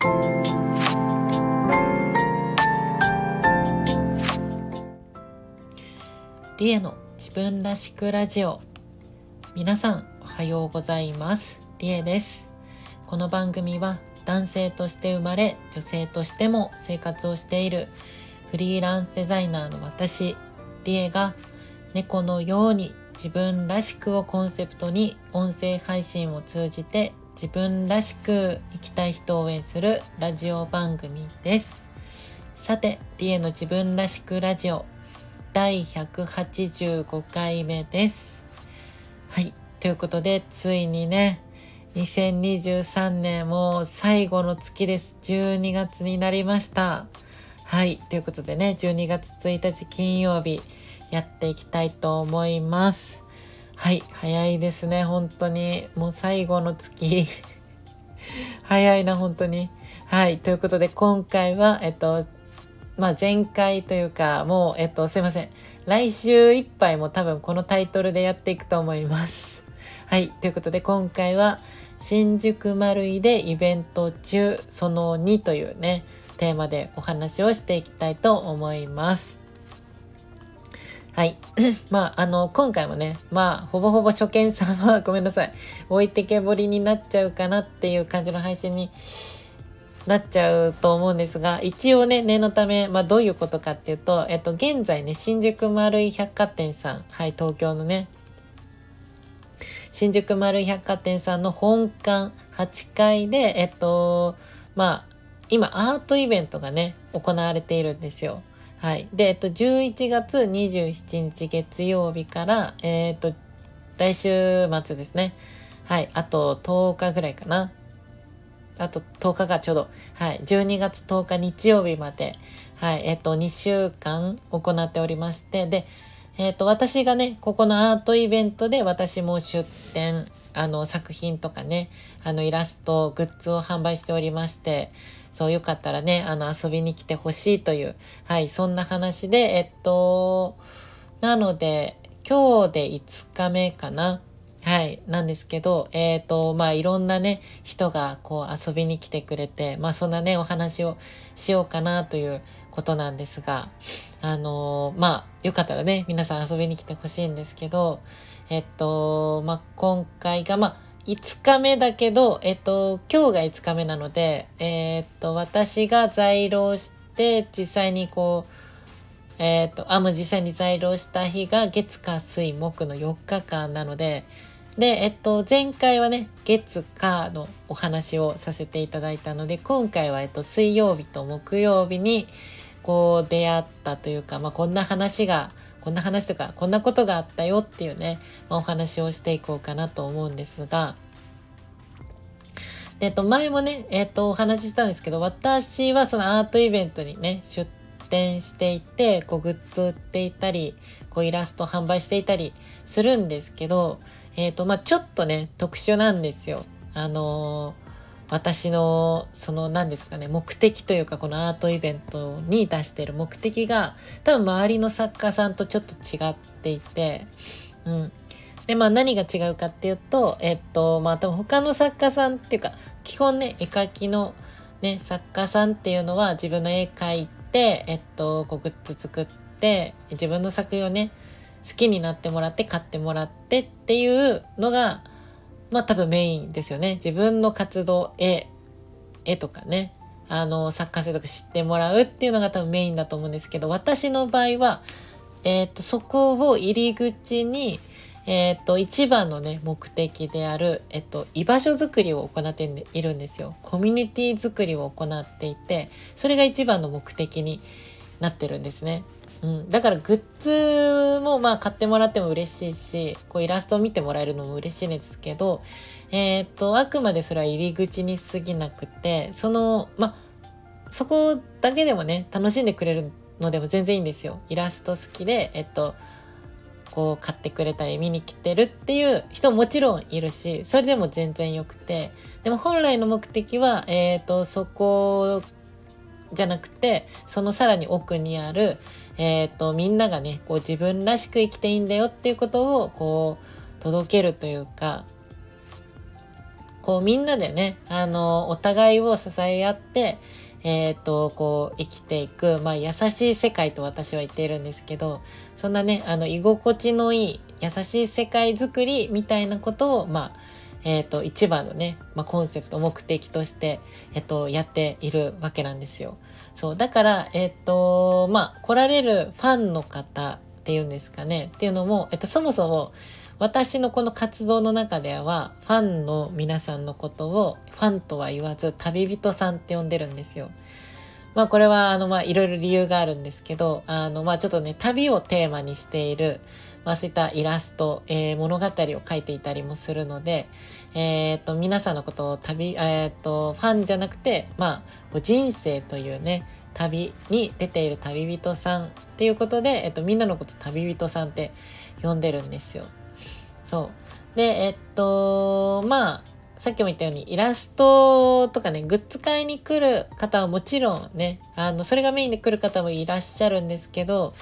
リエの自分らしくラジオ。皆さんおはようございます。リエです。この番組は男性として生まれ、女性としても生活をしているフリーランスデザイナーの私、リエが猫のように自分らしくをコンセプトに音声配信を通じて自分らしく生きたい人を応援するラジオ番組です。さて、リエの自分らしくラジオ第185回目です。はい。ということで、ついにね、2023年もう最後の月です。12月になりました。はい。ということでね、12月1日金曜日やっていきたいと思います。はい。早いですね。本当に。もう最後の月。早いな、本当に。はい。ということで、今回は、前回というか、もう、すいません。来週いっぱいも多分このタイトルでやっていくと思います。はい。ということで、今回は、新宿マルイでイベント中、その2というね、テーマでお話をしていきたいと思います。はい。今回もね、ほぼほぼ初見さんはごめんなさい。置いてけぼりになっちゃうかなっていう感じの配信になっちゃうと思うんですが、一応ね、念のため、どういうことかっていうと、現在ね、新宿丸井百貨店さん、はい、東京のね、新宿丸井百貨店さんの本館8階で、今アートイベントがね、行われているんですよ。はい。で、11月27日月曜日から、来週末ですね。はい。あと10日ぐらいかな。あと10日がちょうど、はい、12月10日日曜日まで、はい、2週間行っておりまして、で、私がね、ここのアートイベントで私も出展、作品とかね、イラスト、グッズを販売しておりまして、そうよかったらね、遊びに来てほしいという、はい、そんな話で、なので、今日で5日目かな。はい。なんですけど、いろんなね、人がこう遊びに来てくれて、そんなね、お話をしようかなということなんですが、よかったらね、皆さん遊びに来てほしいんですけど、今回が、5日目だけど、今日が5日目なので、私が在労して、実際にこう、実際に在労した日が月火水木の4日間なので、で、前回はね、月火のお話をさせていただいたので、今回は水曜日と木曜日にこう出会ったというか、こんな話とか、こんなことがあったよっていうね、お話をしていこうかなと思うんですが、で、前もね、お話ししたんですけど、私はそのアートイベントにね、出展していて、こうグッズ売っていたり、こうイラスト販売していたりするんですけど、ちょっとね、特殊なんですよ。私の、何ですかね、目的というか、このアートイベントに出している目的が、多分周りの作家さんとちょっと違っていて、うん。で、何が違うかっていうと、多分他の作家さんっていうか、基本ね、絵描きのね、作家さんっていうのは自分の絵描いて、こうグッズ作って、自分の作品をね、好きになってもらって買ってもらってっていうのが多分メインですよね。自分の活動、絵とかね、作家性とか知ってもらうっていうのが多分メインだと思うんですけど、私の場合はそこを入り口に一番のね目的である居場所づくりを行っているんですよ。コミュニティづくりを行っていて、それが一番の目的になってるんですね。だからグッズも買ってもらっても嬉しいし、こうイラストを見てもらえるのも嬉しいんですけど、あくまでそれは入り口に過ぎなくて、そこだけでもね、楽しんでくれるのでも全然いいんですよ。イラスト好きで、こう買ってくれたり見に来てるっていう人ももちろんいるし、それでも全然よくて、でも本来の目的は、そこじゃなくて、そのさらに奥にある、みんながね、こう自分らしく生きていいんだよっていうことを、こう、届けるというか、 こうみんなでね、お互いを支え合って、こう生きていく、優しい世界と私は言っているんですけど、そんなね、居心地のいい優しい世界づくりみたいなことを、一番のね、コンセプト、目的として、やっているわけなんですよ。そう、だから、来られるファンの方っていうんですかね、っていうのも、そもそも、私のこの活動の中では、ファンの皆さんのことを、ファンとは言わず、旅人さんって呼んでるんですよ。これは、いろいろ理由があるんですけど、ちょっとね、旅をテーマにしている、そういったイラスト、物語を書いていたりもするので、皆さんのことをファンじゃなくて、人生というね、旅に出ている旅人さんっていうことで、みんなのこと旅人さんって呼んでるんですよ。そう。で、さっきも言ったようにイラストとかね、グッズ買いに来る方はもちろんね、それがメインで来る方もいらっしゃるんですけど、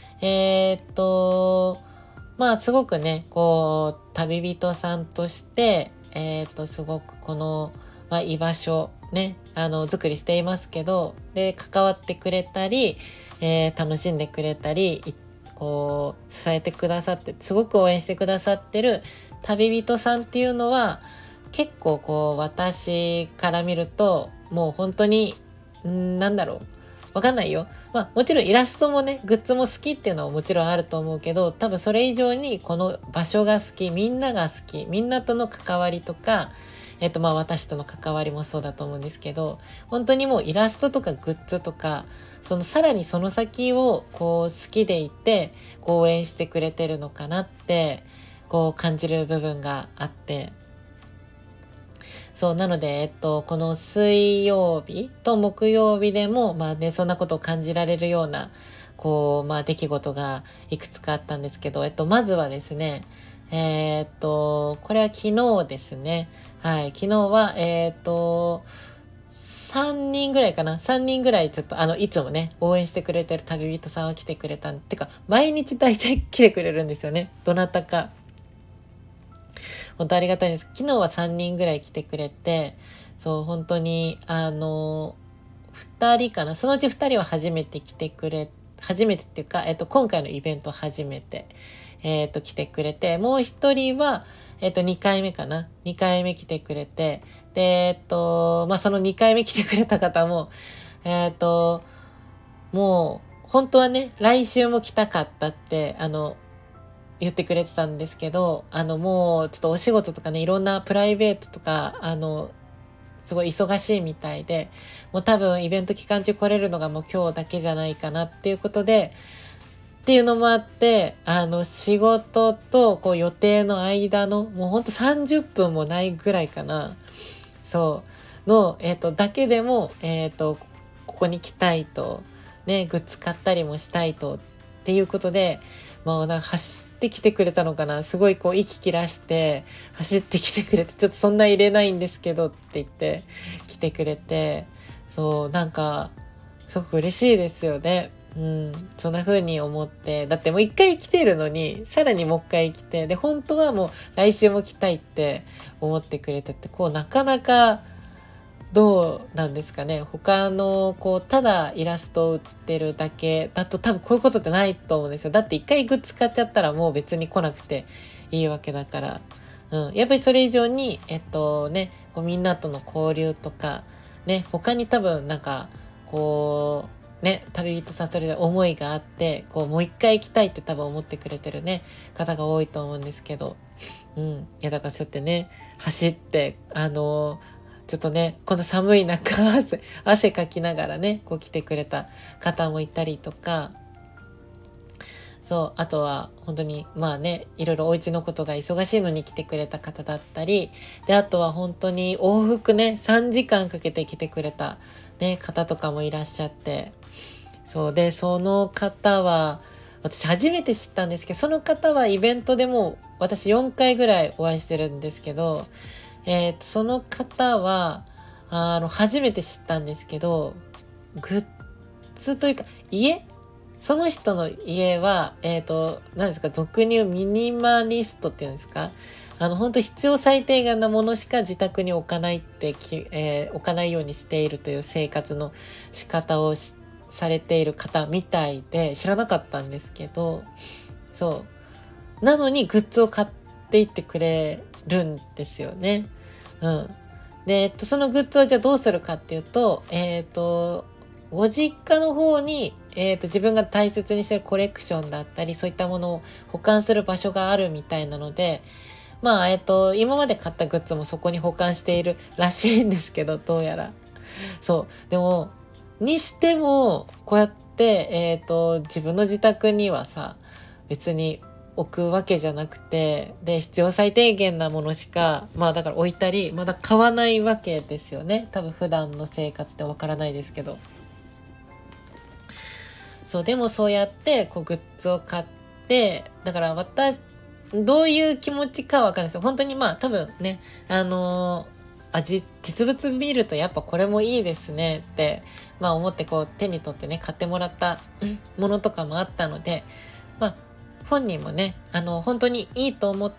すごくね、こう、旅人さんとして、すごくこの、居場所ね、作りしていますけど、で、関わってくれたり、楽しんでくれたり、こう、支えてくださって、すごく応援してくださってる旅人さんっていうのは、結構こう、私から見ると、もう本当に、わかんないよ。もちろんイラストもね、グッズも好きっていうのはもちろんあると思うけど、多分それ以上にこの場所が好き、みんなが好き、みんなとの関わりとか、私との関わりもそうだと思うんですけど、本当にもうイラストとかグッズとか、さらにその先をこう好きでいて、こう応援してくれてるのかなって、こう感じる部分があって、そう、なので、この水曜日と木曜日でも、そんなことを感じられるような、こう、出来事がいくつかあったんですけど、まずはですね、これは昨日ですね。はい、昨日は、3人ぐらいかな。3人ぐらいちょっといつもね、応援してくれてる旅人さんは来てくれたてか、毎日大体来てくれるんですよね。どなたか。本当ありがたいです。昨日は3人ぐらい来てくれて、そう、本当に、2人かな。そのうち2人は初めてっていうか、今回のイベント初めて、来てくれて、もう1人は、2回目かな。2回目来てくれて、で、その2回目来てくれた方も、もう、本当はね、来週も来たかったって、言ってくれてたんですけど、もうちょっとお仕事とかね、いろんなプライベートとか、すごい忙しいみたいで、もう多分イベント期間中来れるのがもう今日だけじゃないかなっていうことで、っていうのもあって、仕事とこう予定の間の、もうほんと30分もないぐらいかな。そう。の、だけでも、ここに来たいと、ね、グッズ買ったりもしたいと、っていうことで、もうなんか走ってきてくれたのかな。すごいこう息切らして走ってきてくれて、ちょっとそんな入れないんですけどって言って来てくれて、そう、なんかすごく嬉しいですよね。うん、そんな風に思って、だってもう一回来てるのに、さらにもう一回来て、で、本当はもう来週も来たいって思ってくれてて、こうなかなかどうなんですかね。他の、こう、ただイラストを売ってるだけだと多分こういうことってないと思うんですよ。だって一回グッズ買っちゃったらもう別に来なくていいわけだから。うん。やっぱりそれ以上に、こうみんなとの交流とか、ね、他に多分なんか、こう、ね、旅人さんそれぞれ思いがあって、こう、もう一回行きたいって多分思ってくれてるね、方が多いと思うんですけど、うん。いや、だからそうやってね、走って、ちょっとね、この寒い中汗かきながらね、こう来てくれた方もいたりとか、そう、あとは本当にいろいろお家のことが忙しいのに来てくれた方だったり、で、あとは本当に往復ね、3時間かけて来てくれたね、方とかもいらっしゃって、そうで、その方は、私初めて知ったんですけど、その方はイベントでも私4回ぐらいお会いしてるんですけど、その方は、初めて知ったんですけど、グッズというか、その人の家は、何ですか、俗に言うミニマリストっていうんですか、 本当必要最低限なものしか自宅に置かない置かないようにしているという生活の仕方をされている方みたいで、知らなかったんですけど、なのにグッズを買っていってくれるんですよね。で、そのグッズはじゃあどうするかっていうと、ご実家の方に、自分が大切にしてるコレクションだったり、そういったものを保管する場所があるみたいなので、今まで買ったグッズもそこに保管しているらしいんですけど、どうやら。でも、にしても、こうやって、自分の自宅にはさ、別に置くわけじゃなくて、で、必要最低限なものしか、だから置いたり、まだ買わないわけですよね。多分普段の生活ってわからないですけど。でもそうやって、グッズを買って、だからどういう気持ちかわかんないですよ。本当に多分ね、実物見るとやっぱこれもいいですねって、思って手に取ってね、買ってもらったものとかもあったので、本人もね、本当にいいと思って、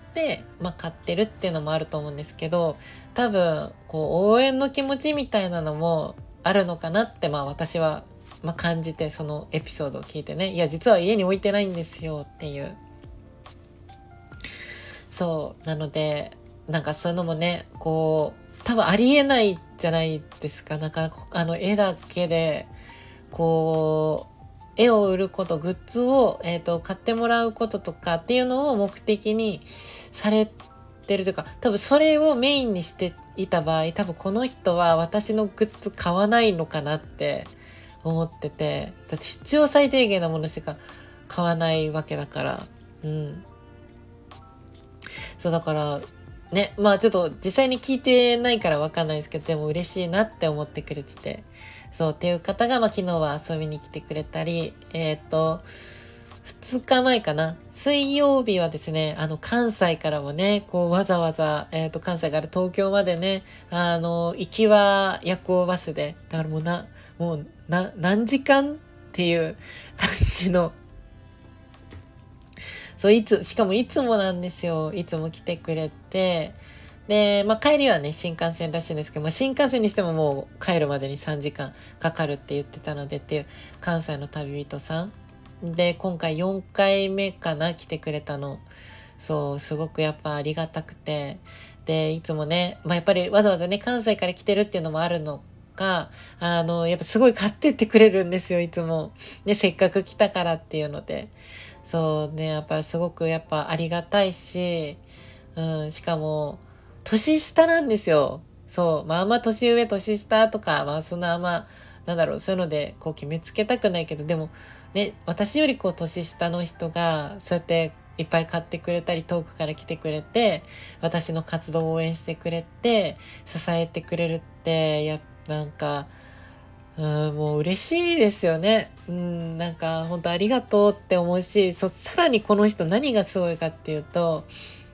買ってるっていうのもあると思うんですけど、多分、応援の気持ちみたいなのもあるのかなって、私は、感じて、そのエピソードを聞いてね、いや、実は家に置いてないんですよっていう。なので、なんかそういうのもね、多分ありえないじゃないですか。なかなか、絵だけで、絵を売ること、グッズを、買ってもらうこととかっていうのを目的にされてるというか、多分それをメインにしていた場合、多分この人は私のグッズ買わないのかなって思ってて、だって必要最低限なものしか買わないわけだから、だからね、ちょっと実際に聞いてないからわかんないですけど、でも嬉しいなって思ってくれてて、っていう方が、昨日は遊びに来てくれたり、2日前かな、水曜日はですね、関西からもね、わざわざ、関西から東京までね、行きは夜行バスで、だからもう何時間っていう感じの、しかもいつもなんですよ。いつも来てくれて。で、帰りはね、新幹線らしいんですけど、新幹線にしてももう帰るまでに3時間かかるって言ってたのでっていう関西の旅人さん。で、今回4回目かな、来てくれたの。すごくやっぱありがたくて。で、いつもね、やっぱりわざわざね、関西から来てるっていうのもあるのか、やっぱすごい買ってってくれるんですよ、いつも。ね、せっかく来たからっていうので。やっぱすごくやっぱありがたいし、しかも、年下なんですよ。あんま年上、年下とか、そんなそういうので、決めつけたくないけど、でも、ね、私より年下の人が、そうやっていっぱい買ってくれたり、遠くから来てくれて、私の活動を応援してくれて、支えてくれるって、なんか、もう嬉しいですよね。なんか本当ありがとうって思うし、さらにこの人何がすごいかっていうと、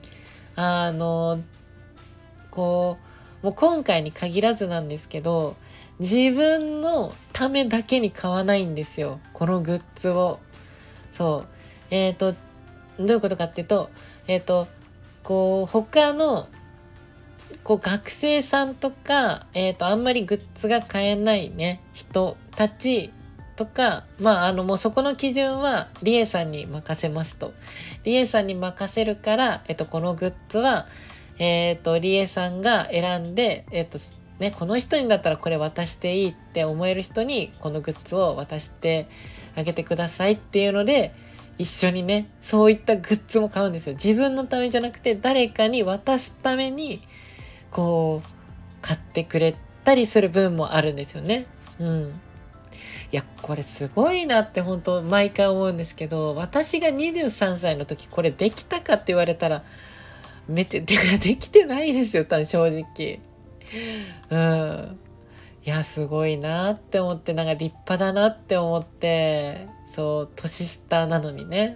もう今回に限らずなんですけど、自分のためだけに買わないんですよ。このグッズを。どういうことかっていうと、他の学生さんとか、あんまりグッズが買えないね、人たちとか、もうそこの基準は、リエさんに任せますと。リエさんに任せるから、このグッズは、リエさんが選んで、この人にだったらこれ渡していいって思える人に、このグッズを渡してあげてくださいっていうので、一緒にね、そういったグッズも買うんですよ。自分のためじゃなくて、誰かに渡すために、買ってくれたりする分もあるんですよね。いや、これすごいなって本当毎回思うんですけど、私が23歳の時これできたかって言われたら、できてないですよ、多分正直。いや、すごいなって思って、なんか立派だなって思って、年下なのにね。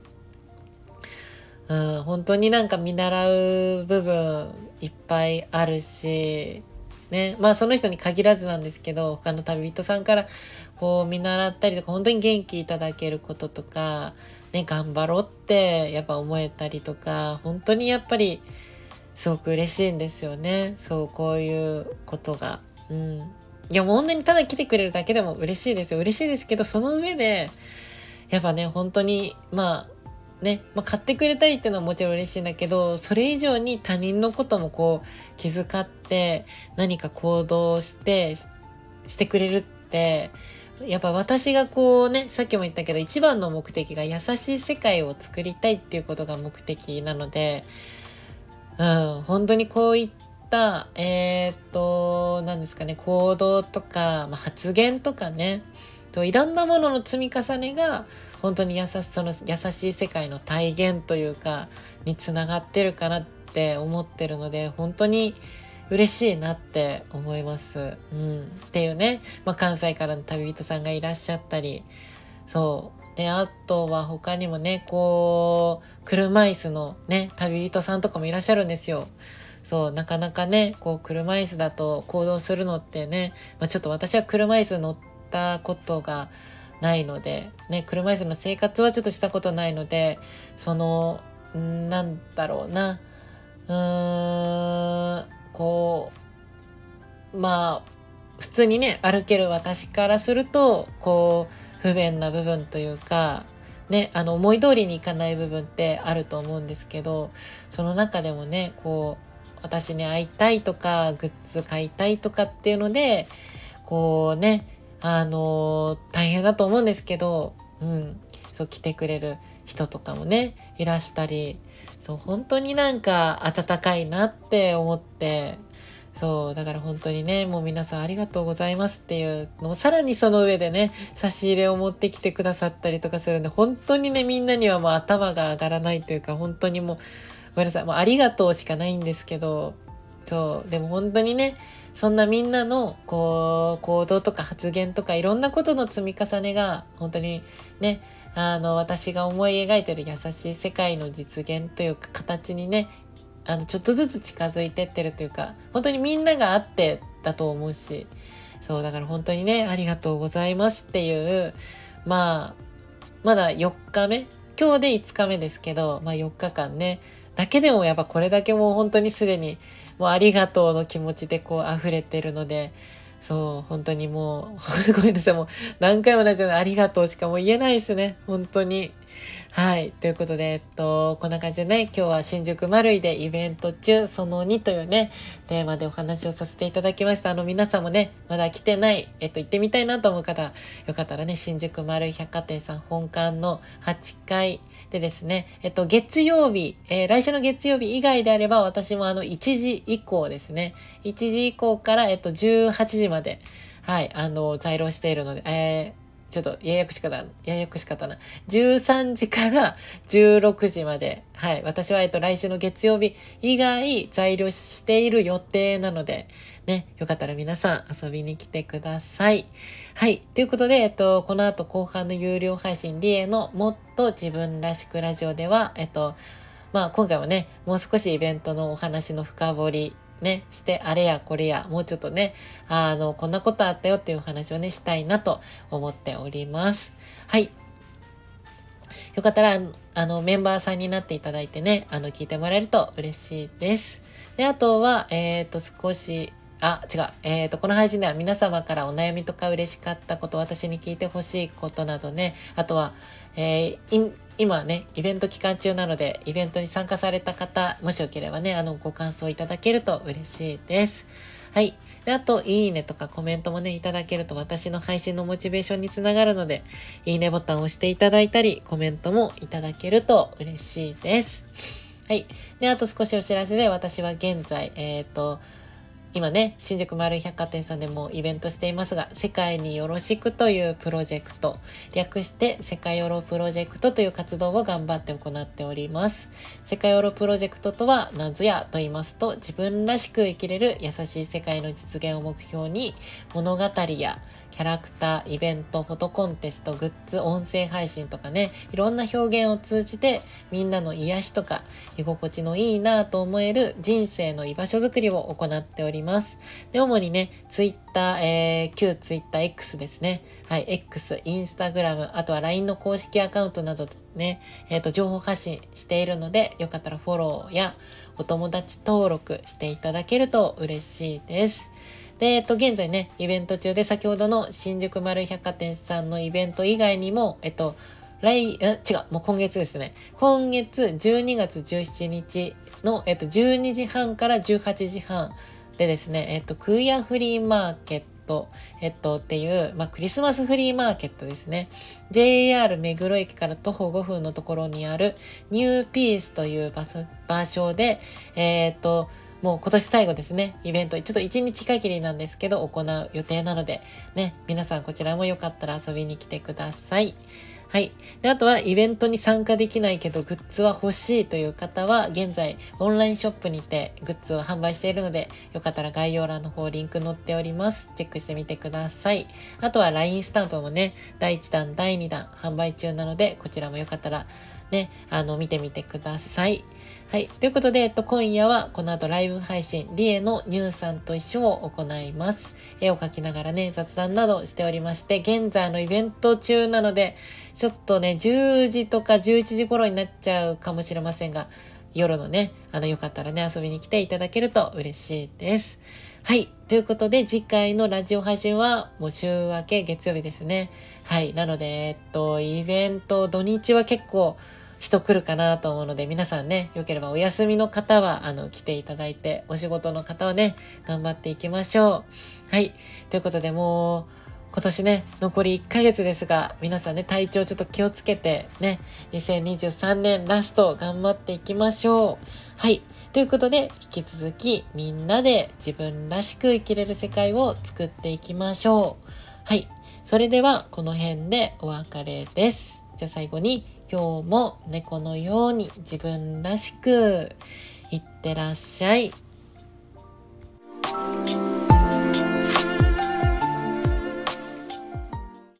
本当になんか見習う部分いっぱいあるし、ね、その人に限らずなんですけど、他の旅人さんから見習ったりとか、本当に元気いただけることとか、ね、頑張ろうってやっぱ思えたりとか、本当にやっぱりすごく嬉しいんですよね。そう、こういうことが。いやもう本当にただ来てくれるだけでも嬉しいですよ。嬉しいですけど、その上で、やっぱね、本当に、買ってくれたりっていうのはもちろん嬉しいんだけど、それ以上に他人のこともこう気遣って何か行動してくれるって、やっぱ私がこうね、さっきも言ったけど一番の目的が優しい世界を作りたいっていうことが目的なので、本当にこういった、何ですかね、行動とか、発言とかね、いろんなものの積み重ねが本当にその優しい世界の体現というかにつながってるかなって思ってるので、本当に嬉しいなって思います。っていうね、関西からの旅人さんがいらっしゃったり、そうで、あとは他にもね、こう車椅子のね旅人さんとかもいらっしゃるんですよ。そう、なかなかね、こう車椅子だと行動するのってね、ちょっと私は車椅子乗ったことがないのでね、車椅子の生活はちょっとしたことないので、そのなんだろうな、こう普通にね歩ける私からするとこう不便な部分というかね、思い通りにいかない部分ってあると思うんですけど、その中でもね、こう私に会いたいとかグッズ買いたいとかっていうのでこうね、大変だと思うんですけど、そう来てくれる人とかもねいらしたり、そう本当になんか温かいなって思って、そうだから本当にね、もう皆さんありがとうございますっていうのをさらにその上でね差し入れを持ってきてくださったりとかするんで、本当にねみんなにはもう頭が上がらないというか、本当にもうごめんなさい、もうありがとうしかないんですけど、そうでも本当にね、そんなみんなのこう行動とか発言とかいろんなことの積み重ねが本当にね、私が思い描いてる優しい世界の実現というか形にね、ちょっとずつ近づいてってるというか、本当にみんながあってだと思うし、そうだから本当にねありがとうございますっていう、まだ4日目、今日で5日目ですけど、4日間ねだけでもやっぱこれだけもう本当にすでにもうありがとうの気持ちでこう溢れてるので、そう本当にもうごめんなさい、もう何回も同じようにありがとうしかもう言えないですね、本当に。はい。ということで、こんな感じでね、今日は新宿マルイでイベント中その2というね、テーマでお話をさせていただきました。皆さんもね、まだ来てない、行ってみたいなと思う方、よかったらね、新宿マルイ百貨店さん本館の8階でですね、月曜日、来週の月曜日以外であれば、私も1時以降ですね、1時以降から、18時まで、はい、在庫しているので、ちょっとややこしかったな。13時から16時まで。はい。私は、来週の月曜日以外在留している予定なので、ね、よかったら皆さん遊びに来てください。はい。ということで、この後後半の有料配信、リエのもっと自分らしくラジオでは、今回はね、もう少しイベントのお話の深掘り、ね、して、あれやこれや、もうちょっとね、こんなことあったよっていう話をね、したいなと思っております。はい。よかったら、メンバーさんになっていただいてね、聞いてもらえると嬉しいです。で、あとは、少し、この配信では皆様からお悩みとか嬉しかったこと、私に聞いてほしいことなどね、あとは、今ね、イベント期間中なので、イベントに参加された方、もしよければね、ご感想いただけると嬉しいです。はい。で、あと、いいねとかコメントもね、いただけると私の配信のモチベーションにつながるので、いいねボタンを押していただいたり、コメントもいただけると嬉しいです。はい。で、あと少しお知らせで、私は現在、今ね、新宿マルイ百貨店さんでもイベントしていますが、世界によろしくというプロジェクト、略して世界ヨロプロジェクトという活動を頑張って行っております。世界ヨロプロジェクトとは何ぞやと言いますと、自分らしく生きれる優しい世界の実現を目標に、物語やキャラクター、イベント、フォトコンテスト、グッズ、音声配信とかね、いろんな表現を通じてみんなの癒しとか居心地のいいなと思える人生の居場所づくりを行っております。 ります。で、主にね、ツイッター、旧ツイッター X ですね。はい、X、インスタグラム、あとは LINE の公式アカウントなどでね、情報発信しているので、よかったらフォローやお友達登録していただけると嬉しいです。で、現在ね、イベント中で先ほどの新宿丸百貨店さんのイベント以外にも、もう今月ですね。今月12月17日の、12時半から18時半でですね、クイアフリーマーケット、っていう、クリスマスフリーマーケットですね。JR 目黒駅から徒歩5分のところにあるニューピースという場所で、もう今年最後ですね、イベント、ちょっと1日限りなんですけど、行う予定なので、ね、皆さんこちらもよかったら遊びに来てください。はい。で、あとはイベントに参加できないけどグッズは欲しいという方は現在オンラインショップにてグッズを販売しているのでよかったら概要欄の方リンク載っております。チェックしてみてください。あとは LINE スタンプもね、第1弾、第2弾販売中なのでこちらもよかったらね、見てみてください。はい。ということで、今夜はこの後ライブ配信、リエのニューさんと一緒を行います。絵を描きながらね、雑談などしておりまして、現在のイベント中なので、ちょっとね、10時とか11時頃になっちゃうかもしれませんが、夜のね、よかったらね、遊びに来ていただけると嬉しいです。はい。ということで、次回のラジオ配信は、もう週明け月曜日ですね。はい。なので、イベント、土日は結構、人来るかなと思うので、皆さんね、よければお休みの方は、来ていただいて、お仕事の方はね、頑張っていきましょう。はい。ということで、もう、今年ね、残り1ヶ月ですが、皆さんね、体調ちょっと気をつけて、ね、2023年ラスト頑張っていきましょう。はい。ということで、引き続き、みんなで自分らしく生きれる世界を作っていきましょう。はい。それでは、この辺でお別れです。じゃあ最後に、今日も猫のように自分らしくいってらっしゃい。